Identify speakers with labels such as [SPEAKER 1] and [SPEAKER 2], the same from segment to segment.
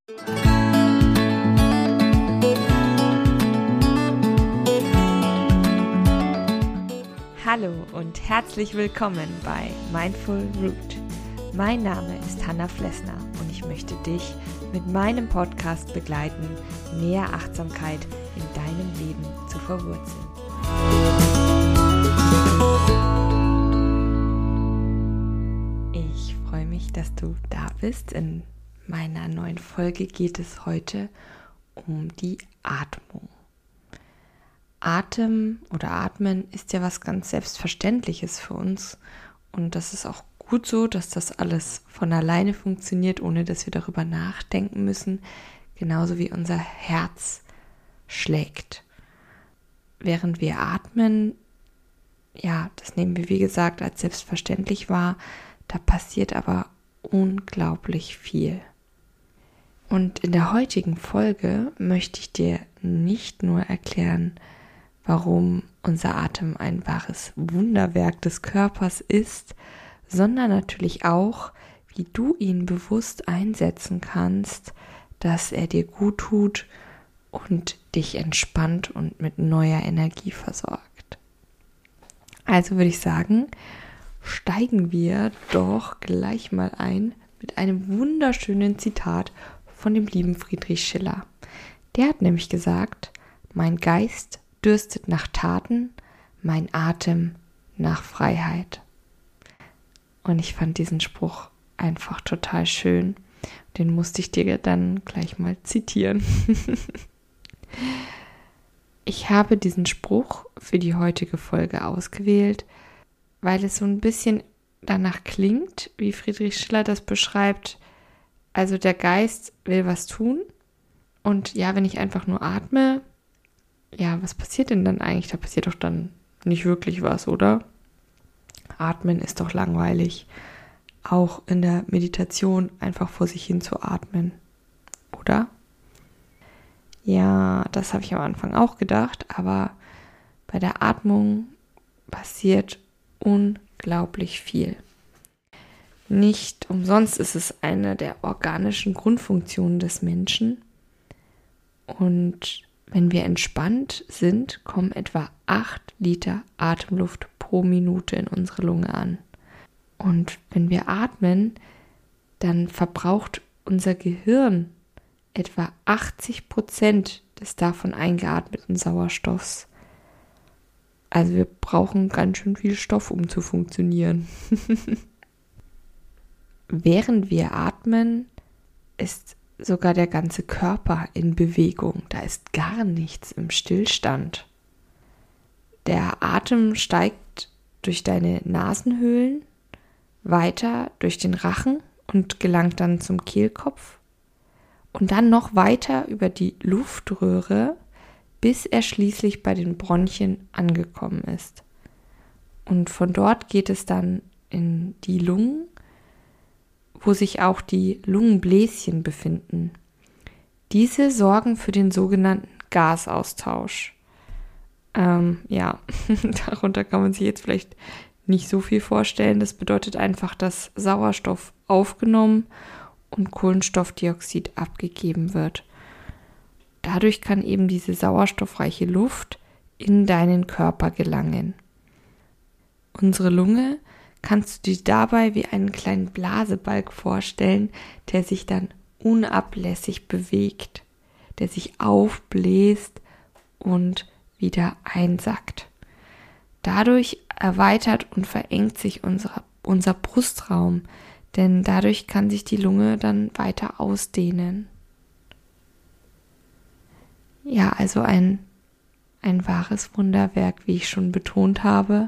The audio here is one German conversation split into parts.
[SPEAKER 1] Hallo und herzlich willkommen bei Mindful Root. Mein Name ist Hannah Flessner und ich möchte dich mit meinem Podcast begleiten, mehr Achtsamkeit in deinem Leben zu verwurzeln. Ich freue mich, dass du da bist. In meiner neuen Folge geht es heute um die Atmung. Atmen ist ja was ganz Selbstverständliches für uns und das ist auch gut so, dass das alles von alleine funktioniert, ohne dass wir darüber nachdenken müssen, genauso wie unser Herz schlägt. Während wir atmen, ja, das nehmen wir wie gesagt als selbstverständlich wahr, da passiert aber unglaublich viel. Und in der heutigen Folge möchte ich dir nicht nur erklären, warum unser Atem ein wahres Wunderwerk des Körpers ist, sondern natürlich auch, wie du ihn bewusst einsetzen kannst, dass er dir gut tut und dich entspannt und mit neuer Energie versorgt. Also würde ich sagen, steigen wir doch gleich mal ein mit einem wunderschönen Zitat von dem lieben Friedrich Schiller. Der hat nämlich gesagt, mein Geist dürstet nach Taten, mein Atem nach Freiheit. Und ich fand diesen Spruch einfach total schön. Den musste ich dir dann gleich mal zitieren. Ich habe diesen Spruch für die heutige Folge ausgewählt, weil es so ein bisschen danach klingt, wie Friedrich Schiller das beschreibt. Also der Geist will was tun und ja, wenn ich einfach nur atme, ja, was passiert denn dann eigentlich? Da passiert doch dann nicht wirklich was, oder? Atmen ist doch langweilig. Auch in der Meditation einfach vor sich hin zu atmen, oder? Ja, das habe ich am Anfang auch gedacht, aber bei der Atmung passiert unglaublich viel. Nicht umsonst ist es eine der organischen Grundfunktionen des Menschen und wenn wir entspannt sind, kommen etwa 8 Liter Atemluft pro Minute in unsere Lunge an. Und wenn wir atmen, dann verbraucht unser Gehirn etwa 80% des davon eingeatmeten Sauerstoffs. Also wir brauchen ganz schön viel Stoff, um zu funktionieren. Während wir atmen, ist sogar der ganze Körper in Bewegung. Da ist gar nichts im Stillstand. Der Atem steigt durch deine Nasenhöhlen, weiter durch den Rachen und gelangt dann zum Kehlkopf und dann noch weiter über die Luftröhre, bis er schließlich bei den Bronchien angekommen ist. Und von dort geht es dann in die Lungen, wo sich auch die Lungenbläschen befinden. Diese sorgen für den sogenannten Gasaustausch. Darunter kann man sich jetzt vielleicht nicht so viel vorstellen. Das bedeutet einfach, dass Sauerstoff aufgenommen und Kohlenstoffdioxid abgegeben wird. Dadurch kann eben diese sauerstoffreiche Luft in deinen Körper gelangen. Unsere Lunge kannst du dir dabei wie einen kleinen Blasebalg vorstellen, der sich dann unablässig bewegt, der sich aufbläst und wieder einsackt. Dadurch erweitert und verengt sich unser Brustraum, denn dadurch kann sich die Lunge dann weiter ausdehnen. Ja, also ein wahres Wunderwerk, wie ich schon betont habe.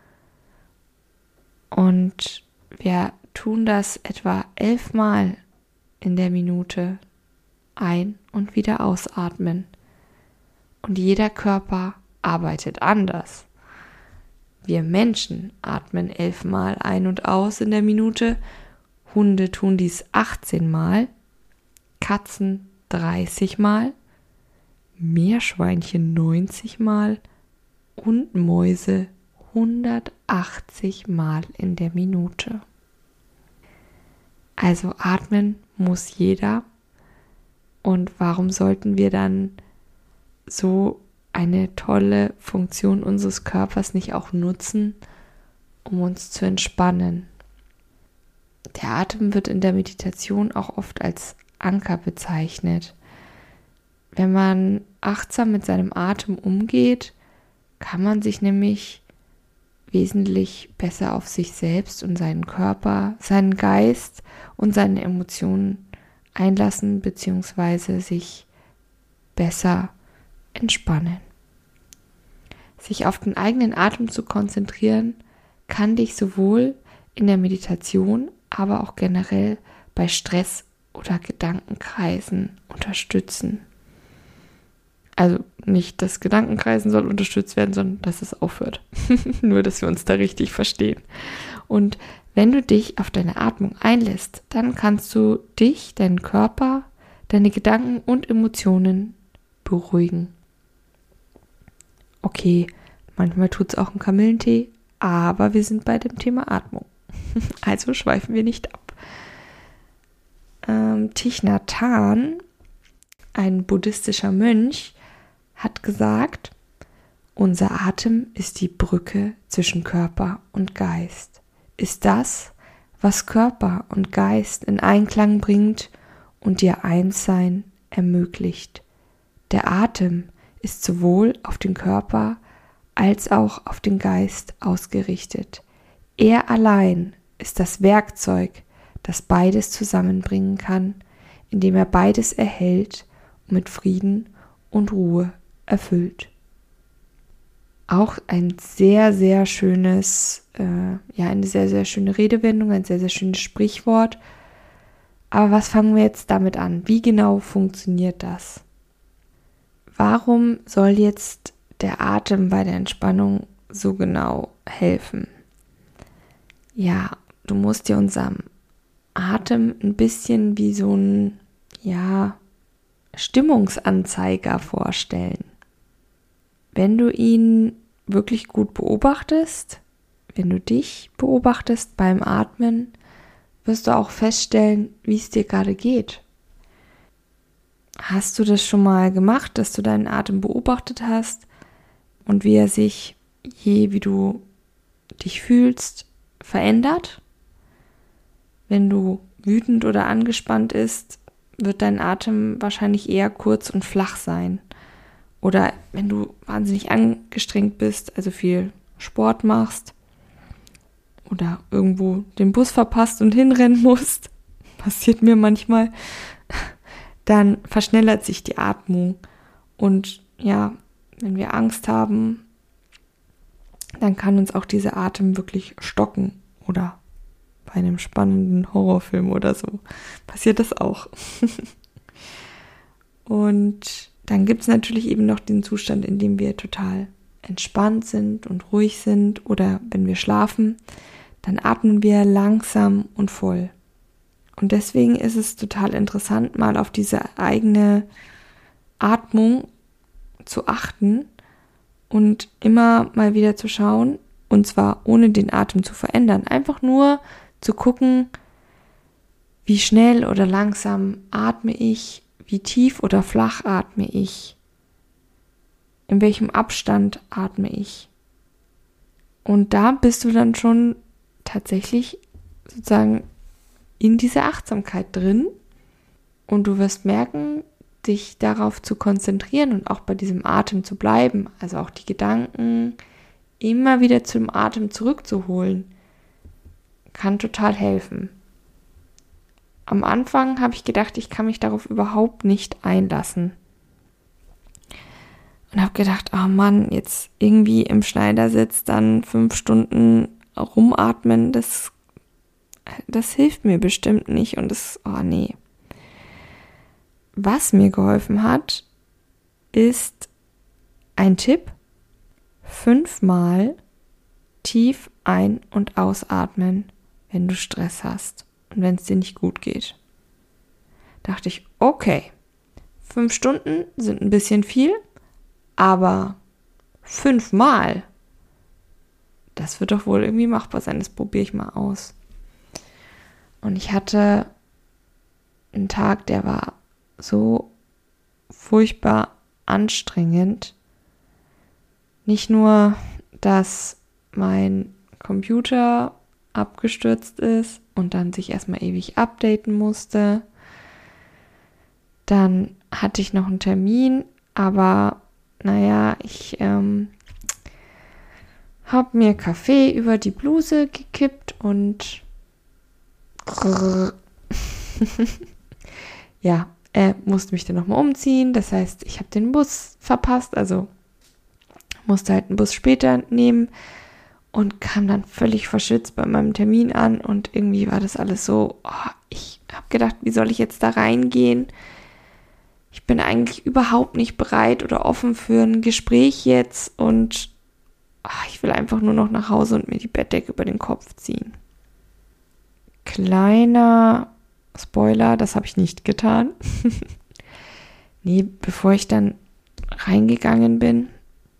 [SPEAKER 1] Und wir tun das etwa 11 Mal in der Minute ein- und wieder ausatmen. Und jeder Körper arbeitet anders. Wir Menschen atmen 11 Mal ein und aus in der Minute, Hunde tun dies 18 Mal, Katzen 30 Mal, Meerschweinchen 90 Mal und Mäuse 180 Mal in der Minute. Also atmen muss jeder. Und warum sollten wir dann so eine tolle Funktion unseres Körpers nicht auch nutzen, um uns zu entspannen? Der Atem wird in der Meditation auch oft als Anker bezeichnet. Wenn man achtsam mit seinem Atem umgeht, kann man sich nämlich wesentlich besser auf sich selbst und seinen Körper, seinen Geist und seine Emotionen einlassen bzw. sich besser entspannen. Sich auf den eigenen Atem zu konzentrieren, kann dich sowohl in der Meditation, aber auch generell bei Stress oder Gedankenkreisen unterstützen. Also nicht, dass Gedankenkreisen soll unterstützt werden, sondern dass es aufhört. Nur, dass wir uns da richtig verstehen. Und wenn du dich auf deine Atmung einlässt, dann kannst du dich, deinen Körper, deine Gedanken und Emotionen beruhigen. Okay, manchmal tut es auch ein Kamillentee, aber wir sind bei dem Thema Atmung. Also schweifen wir nicht ab. Thich Nhat Hanh, ein buddhistischer Mönch, hat gesagt, unser Atem ist die Brücke zwischen Körper und Geist, ist das, was Körper und Geist in Einklang bringt und ihr Einssein ermöglicht. Der Atem ist sowohl auf den Körper als auch auf den Geist ausgerichtet. Er allein ist das Werkzeug, das beides zusammenbringen kann, indem er beides erhält und mit Frieden und Ruhe erfüllt. Auch ein sehr, sehr schönes, eine sehr, sehr schöne Redewendung, ein sehr, sehr schönes Sprichwort. Aber was fangen wir jetzt damit an? Wie genau funktioniert das? Warum soll jetzt der Atem bei der Entspannung so genau helfen? Ja, du musst dir unseren Atem ein bisschen wie so ein, Stimmungsanzeiger vorstellen. Wenn du ihn wirklich gut beobachtest, wenn du dich beobachtest beim Atmen, wirst du auch feststellen, wie es dir gerade geht. Hast du das schon mal gemacht, dass du deinen Atem beobachtet hast und wie er sich, wie du dich fühlst, verändert? Wenn du wütend oder angespannt bist, wird dein Atem wahrscheinlich eher kurz und flach sein. Oder wenn du wahnsinnig angestrengt bist, also viel Sport machst oder irgendwo den Bus verpasst und hinrennen musst, passiert mir manchmal, dann verschnellert sich die Atmung. Und wenn wir Angst haben, dann kann uns auch dieser Atem wirklich stocken. Oder bei einem spannenden Horrorfilm oder so passiert das auch. Und dann gibt es natürlich eben noch den Zustand, in dem wir total entspannt sind und ruhig sind. Oder wenn wir schlafen, dann atmen wir langsam und voll. Und deswegen ist es total interessant, mal auf diese eigene Atmung zu achten und immer mal wieder zu schauen, und zwar ohne den Atem zu verändern, einfach nur zu gucken, wie schnell oder langsam atme ich, wie tief oder flach atme ich, in welchem Abstand atme ich. Und da bist du dann schon tatsächlich sozusagen in dieser Achtsamkeit drin und du wirst merken, dich darauf zu konzentrieren und auch bei diesem Atem zu bleiben, also auch die Gedanken immer wieder zum Atem zurückzuholen, kann total helfen. Am Anfang habe ich gedacht, ich kann mich darauf überhaupt nicht einlassen. Und habe gedacht, oh Mann, jetzt irgendwie im Schneidersitz dann 5 Stunden rumatmen, das hilft mir bestimmt nicht. Und nee. Was mir geholfen hat, ist ein Tipp: 5-mal tief ein- und ausatmen, wenn du Stress hast und wenn es dir nicht gut geht. Dachte ich, okay, 5 Stunden sind ein bisschen viel, aber 5-mal, das wird doch wohl irgendwie machbar sein, das probiere ich mal aus. Und ich hatte einen Tag, der war so furchtbar anstrengend. Nicht nur, dass mein Computer abgestürzt ist und dann sich erstmal ewig updaten musste. Dann hatte ich noch einen Termin, aber naja, ich habe mir Kaffee über die Bluse gekippt und ja, musste mich dann nochmal umziehen. Das heißt, ich habe den Bus verpasst, also musste halt einen Bus später nehmen und kam dann völlig verschwitzt bei meinem Termin an und irgendwie war das alles so, ich habe gedacht, wie soll ich jetzt da reingehen? Ich bin eigentlich überhaupt nicht bereit oder offen für ein Gespräch jetzt und ich will einfach nur noch nach Hause und mir die Bettdecke über den Kopf ziehen. Kleiner Spoiler, das habe ich nicht getan. Nee, bevor ich dann reingegangen bin,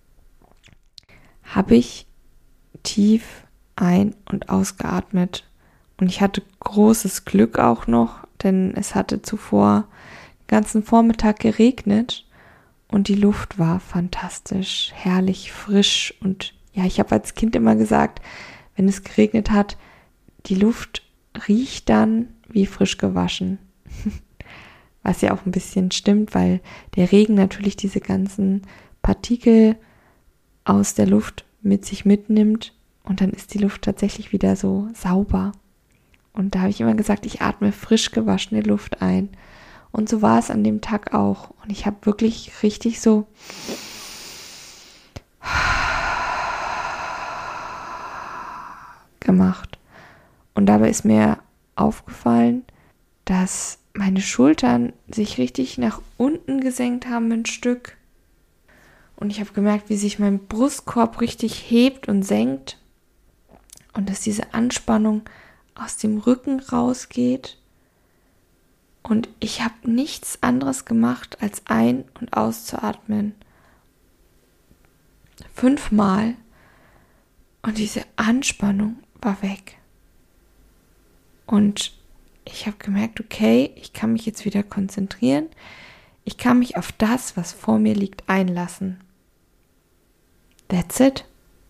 [SPEAKER 1] habe ich tief ein- und ausgeatmet. Und ich hatte großes Glück auch noch, denn es hatte zuvor den ganzen Vormittag geregnet und die Luft war fantastisch, herrlich, frisch. Und ja, ich habe als Kind immer gesagt, wenn es geregnet hat, die Luft riecht dann wie frisch gewaschen. Was ja auch ein bisschen stimmt, weil der Regen natürlich diese ganzen Partikel aus der Luft mit sich mitnimmt und dann ist die Luft tatsächlich wieder so sauber. Und da habe ich immer gesagt, ich atme frisch gewaschene Luft ein. Und so war es an dem Tag auch. Und ich habe wirklich richtig so gemacht. Und dabei ist mir aufgefallen, dass meine Schultern sich richtig nach unten gesenkt haben ein Stück. Und ich habe gemerkt, wie sich mein Brustkorb richtig hebt und senkt. Und dass diese Anspannung aus dem Rücken rausgeht. Und ich habe nichts anderes gemacht, als ein- und auszuatmen. 5-mal. Und diese Anspannung war weg. Und ich habe gemerkt, okay, ich kann mich jetzt wieder konzentrieren. Ich kann mich auf das, was vor mir liegt, einlassen. That's it.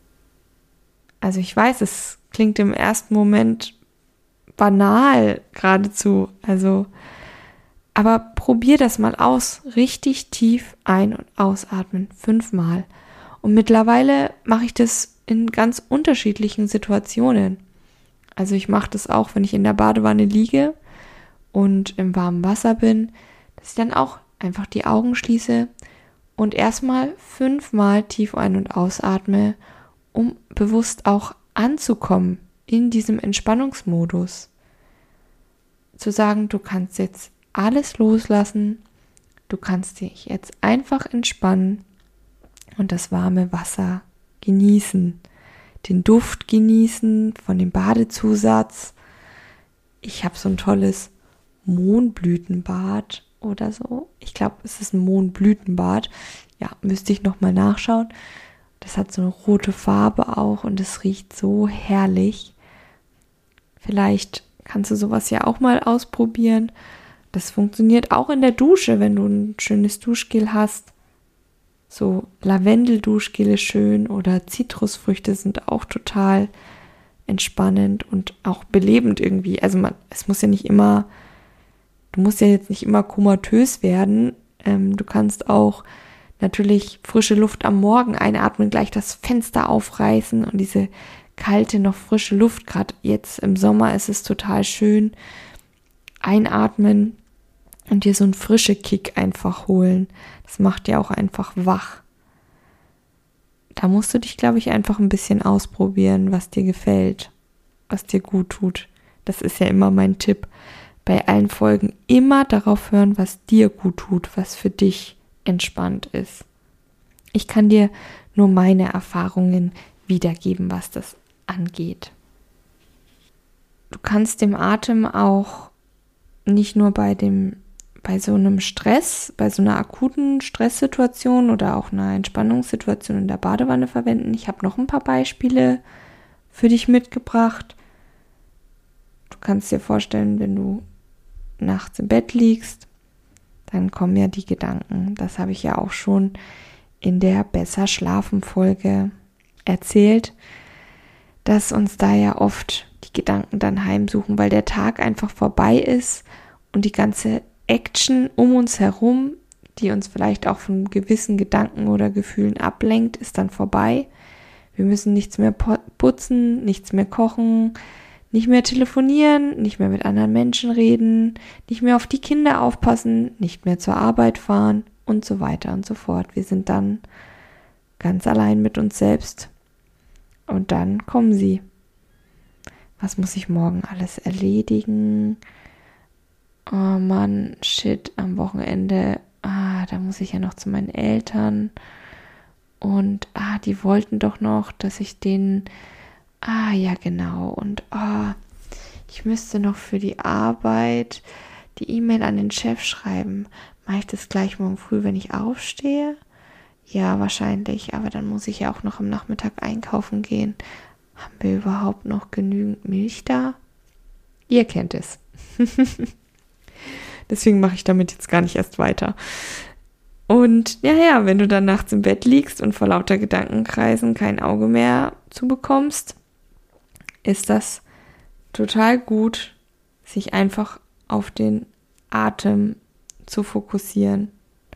[SPEAKER 1] Also ich weiß, es klingt im ersten Moment banal geradezu. Aber probier das mal aus. Richtig tief ein- und ausatmen. 5-mal. Und mittlerweile mache ich das in ganz unterschiedlichen Situationen. Also ich mache das auch, wenn ich in der Badewanne liege und im warmen Wasser bin, dass ich dann auch einfach die Augen schließe und erstmal 5-mal tief ein- und ausatme, um bewusst auch anzukommen in diesem Entspannungsmodus. Zu sagen, du kannst jetzt alles loslassen, du kannst dich jetzt einfach entspannen und das warme Wasser genießen, den Duft genießen von dem Badezusatz. Ich habe so ein tolles Mohnblütenbad oder so. Ich glaube, es ist ein Mohnblütenbad. Ja, müsste ich nochmal nachschauen. Das hat so eine rote Farbe auch und es riecht so herrlich. Vielleicht kannst du sowas ja auch mal ausprobieren. Das funktioniert auch in der Dusche, wenn du ein schönes Duschgel hast. So Lavendel-Duschgel ist schön oder Zitrusfrüchte sind auch total entspannend und auch belebend irgendwie. Also es muss ja nicht immer, du musst ja jetzt nicht immer komatös werden. Du kannst auch natürlich frische Luft am Morgen einatmen, gleich das Fenster aufreißen und diese kalte, noch frische Luft, gerade jetzt im Sommer ist es total schön, einatmen und dir so einen frische Kick einfach holen. Das macht dir auch einfach wach. Da musst du dich, glaube ich, einfach ein bisschen ausprobieren, was dir gefällt, was dir gut tut. Das ist ja immer mein Tipp. Bei allen Folgen immer darauf hören, was dir gut tut, was für dich entspannt ist. Ich kann dir nur meine Erfahrungen wiedergeben, was das angeht. Du kannst dem Atem auch nicht nur bei so einem Stress, bei so einer akuten Stresssituation oder auch einer Entspannungssituation in der Badewanne verwenden. Ich habe noch ein paar Beispiele für dich mitgebracht. Du kannst dir vorstellen, wenn du nachts im Bett liegst dann kommen ja die Gedanken. Das habe ich ja auch schon in der Besser-Schlafen-Folge erzählt, dass uns da ja oft die Gedanken dann heimsuchen, weil der Tag einfach vorbei ist und die ganze Action um uns herum, die uns vielleicht auch von gewissen Gedanken oder Gefühlen ablenkt, ist dann vorbei. Wir müssen nichts mehr putzen, nichts mehr kochen, nicht mehr telefonieren, nicht mehr mit anderen Menschen reden, nicht mehr auf die Kinder aufpassen, nicht mehr zur Arbeit fahren und so weiter und so fort. Wir sind dann ganz allein mit uns selbst und dann kommen sie. Was muss ich morgen alles erledigen? Oh Mann, shit, am Wochenende, da muss ich ja noch zu meinen Eltern und die wollten doch noch, dass ich denen, ja genau, und ich müsste noch für die Arbeit die E-Mail an den Chef schreiben. Mache ich das gleich morgen früh, wenn ich aufstehe? Ja, wahrscheinlich, aber dann muss ich ja auch noch am Nachmittag einkaufen gehen. Haben wir überhaupt noch genügend Milch da? Ihr kennt es. Deswegen mache ich damit jetzt gar nicht erst weiter. Und ja, wenn du dann nachts im Bett liegst und vor lauter Gedankenkreisen kein Auge mehr zu bekommst, ist das total gut, sich einfach auf den Atem zu fokussieren.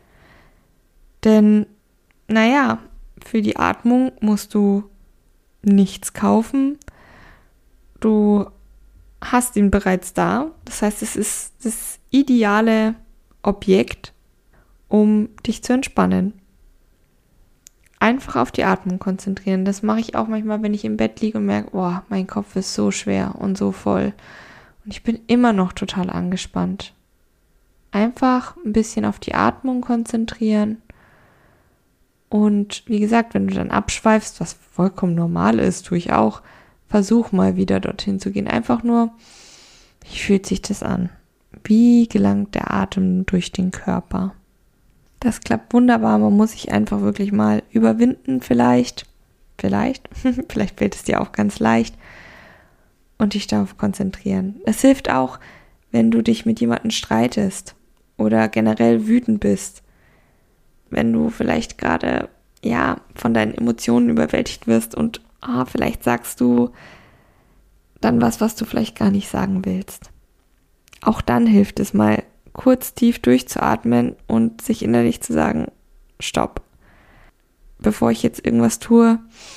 [SPEAKER 1] Denn, für die Atmung musst du nichts kaufen. Du hast ihn bereits da. Das heißt, es ist das ideale Objekt, um dich zu entspannen. Einfach auf die Atmung konzentrieren. Das mache ich auch manchmal, wenn ich im Bett liege und merke, mein Kopf ist so schwer und so voll. Und ich bin immer noch total angespannt. Einfach ein bisschen auf die Atmung konzentrieren. Und wie gesagt, wenn du dann abschweifst, was vollkommen normal ist, tue ich auch, versuch mal wieder dorthin zu gehen. Einfach nur, wie fühlt sich das an? Wie gelangt der Atem durch den Körper? Das klappt wunderbar, man muss sich einfach wirklich mal überwinden vielleicht fällt es dir auch ganz leicht und dich darauf konzentrieren. Es hilft auch, wenn du dich mit jemandem streitest oder generell wütend bist, wenn du vielleicht gerade von deinen Emotionen überwältigt wirst und vielleicht sagst du dann was du vielleicht gar nicht sagen willst. Auch dann hilft es mal, kurz tief durchzuatmen und sich innerlich zu sagen, stopp. Bevor ich jetzt irgendwas tue,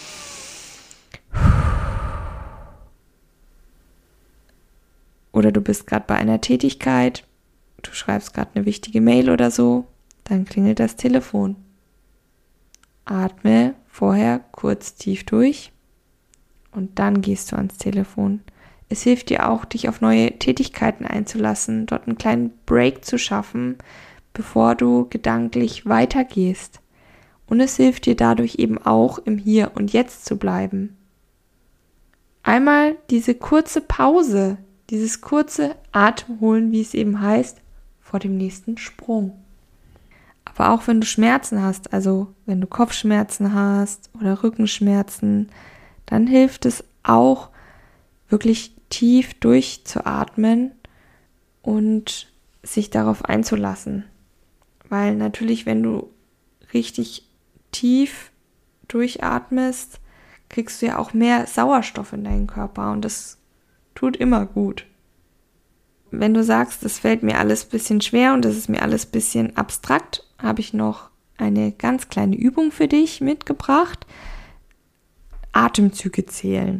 [SPEAKER 1] oder du bist gerade bei einer Tätigkeit, du schreibst gerade eine wichtige Mail oder so, dann klingelt das Telefon. Atme vorher kurz tief durch und dann gehst du ans Telefon. Es hilft dir auch, dich auf neue Tätigkeiten einzulassen, dort einen kleinen Break zu schaffen, bevor du gedanklich weitergehst. Und es hilft dir dadurch eben auch, im Hier und Jetzt zu bleiben. Einmal diese kurze Pause, dieses kurze Atemholen, wie es eben heißt, vor dem nächsten Sprung. Aber auch wenn du Schmerzen hast, also wenn du Kopfschmerzen hast oder Rückenschmerzen, dann hilft es auch, wirklich tief durchzuatmen und sich darauf einzulassen. Weil natürlich, wenn du richtig tief durchatmest, kriegst du ja auch mehr Sauerstoff in deinen Körper und das tut immer gut. Wenn du sagst, das fällt mir alles ein bisschen schwer und das ist mir alles ein bisschen abstrakt, habe ich noch eine ganz kleine Übung für dich mitgebracht. Atemzüge zählen.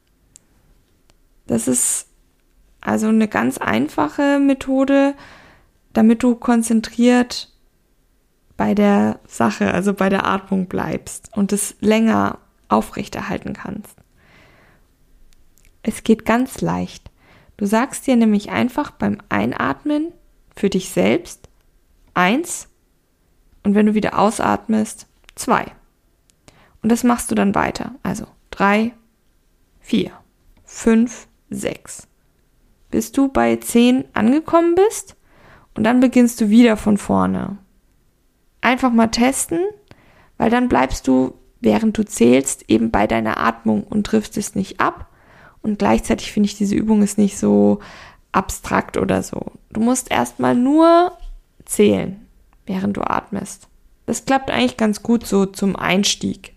[SPEAKER 1] Das ist also eine ganz einfache Methode, damit du konzentriert bei der Sache, also bei der Atmung bleibst und es länger aufrechterhalten kannst. Es geht ganz leicht. Du sagst dir nämlich einfach beim Einatmen für dich selbst 1 und wenn du wieder ausatmest 2. Und das machst du dann weiter. Also 3, 4, 5, 6. Bis du bei 10 angekommen bist und dann beginnst du wieder von vorne. Einfach mal testen, weil dann bleibst du, während du zählst, eben bei deiner Atmung und triffst es nicht ab. Und gleichzeitig finde ich, diese Übung ist nicht so abstrakt oder so. Du musst erstmal nur zählen, während du atmest. Das klappt eigentlich ganz gut so zum Einstieg.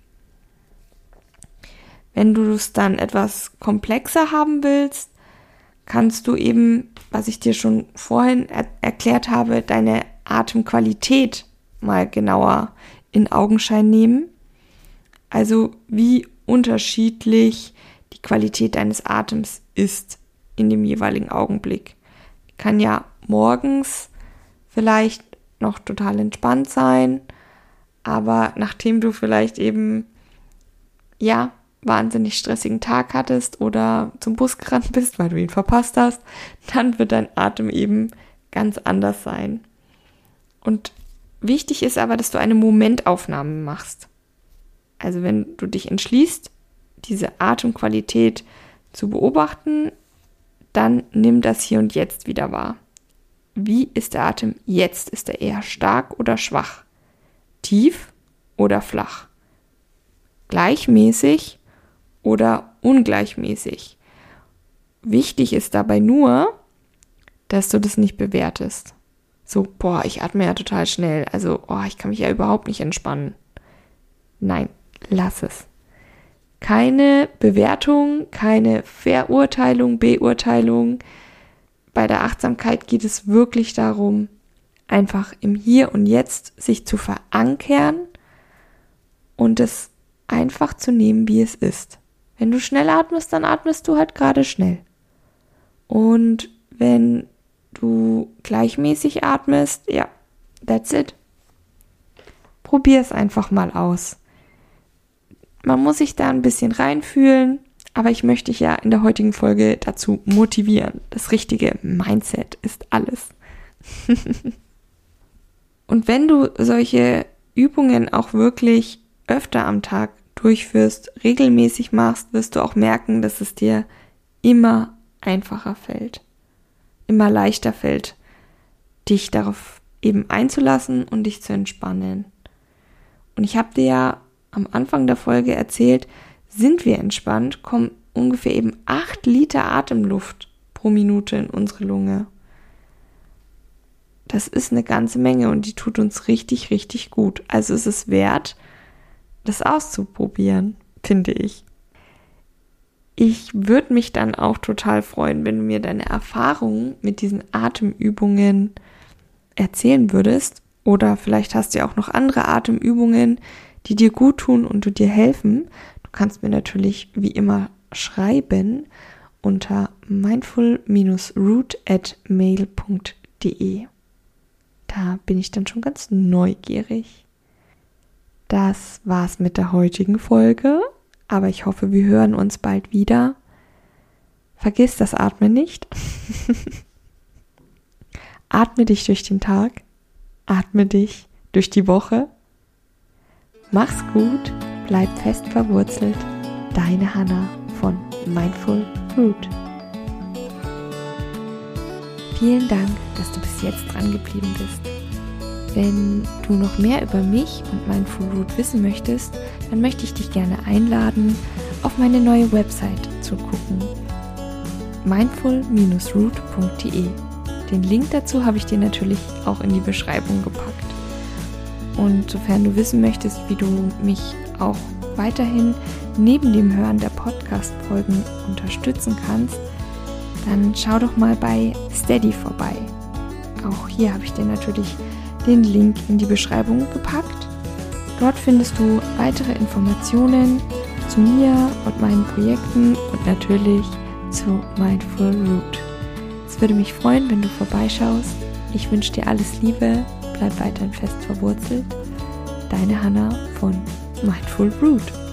[SPEAKER 1] Wenn du es dann etwas komplexer haben willst, kannst du eben, was ich dir schon vorhin erklärt habe, deine Atemqualität mal genauer in Augenschein nehmen. Also wie unterschiedlich die Qualität deines Atems ist in dem jeweiligen Augenblick. Kann ja morgens vielleicht noch total entspannt sein, aber nachdem du vielleicht eben, wahnsinnig stressigen Tag hattest oder zum Bus gerannt bist, weil du ihn verpasst hast, dann wird dein Atem eben ganz anders sein. Und wichtig ist aber, dass du eine Momentaufnahme machst. Also wenn du dich entschließt, diese Atemqualität zu beobachten, dann nimm das hier und jetzt wieder wahr. Wie ist der Atem jetzt? Ist er eher stark oder schwach? Tief oder flach? Gleichmäßig oder ungleichmäßig? Wichtig ist dabei nur, dass du das nicht bewertest. So, ich atme ja total schnell, also, ich kann mich ja überhaupt nicht entspannen. Nein, lass es. Keine Bewertung, keine Verurteilung, Beurteilung. Bei der Achtsamkeit geht es wirklich darum, einfach im Hier und Jetzt sich zu verankern und es einfach zu nehmen, wie es ist. Wenn du schnell atmest, dann atmest du halt gerade schnell. Und wenn du gleichmäßig atmest, that's it. Probier es einfach mal aus. Man muss sich da ein bisschen reinfühlen, aber ich möchte dich ja in der heutigen Folge dazu motivieren. Das richtige Mindset ist alles. Und wenn du solche Übungen auch wirklich öfter am Tag durchführst, regelmäßig machst, wirst du auch merken, dass es dir immer einfacher fällt, immer leichter fällt, dich darauf eben einzulassen und dich zu entspannen. Und ich habe dir ja am Anfang der Folge erzählt, sind wir entspannt, kommen ungefähr eben 8 Liter Atemluft pro Minute in unsere Lunge. Das ist eine ganze Menge und die tut uns richtig, richtig gut. Also es ist wert, das auszuprobieren, finde ich. Ich würde mich dann auch total freuen, wenn du mir deine Erfahrungen mit diesen Atemübungen erzählen würdest. Oder vielleicht hast du ja auch noch andere Atemübungen, die dir gut tun und dir helfen. Du kannst mir natürlich wie immer schreiben unter mindful-root@mail.de. Da bin ich dann schon ganz neugierig. Das war's mit der heutigen Folge, aber ich hoffe, wir hören uns bald wieder. Vergiss das Atmen nicht. Atme dich durch den Tag, atme dich durch die Woche. Mach's gut, bleib fest verwurzelt. Deine Hannah von Mindful Root. Vielen Dank, dass du bis jetzt dran geblieben bist. Wenn du noch mehr über mich und Mindful Root wissen möchtest, dann möchte ich dich gerne einladen, auf meine neue Website zu gucken. mindful-root.de. Den Link dazu habe ich dir natürlich auch in die Beschreibung gepackt. Und sofern du wissen möchtest, wie du mich auch weiterhin neben dem Hören der Podcast-Folgen unterstützen kannst, dann schau doch mal bei Steady vorbei. Auch hier habe ich dir natürlich den Link in die Beschreibung gepackt. Dort findest du weitere Informationen zu mir und meinen Projekten und natürlich zu Mindful Root. Es würde mich freuen, wenn du vorbeischaust. Ich wünsche dir alles Liebe, bleib weiterhin fest verwurzelt. Deine Hannah von Mindful Root.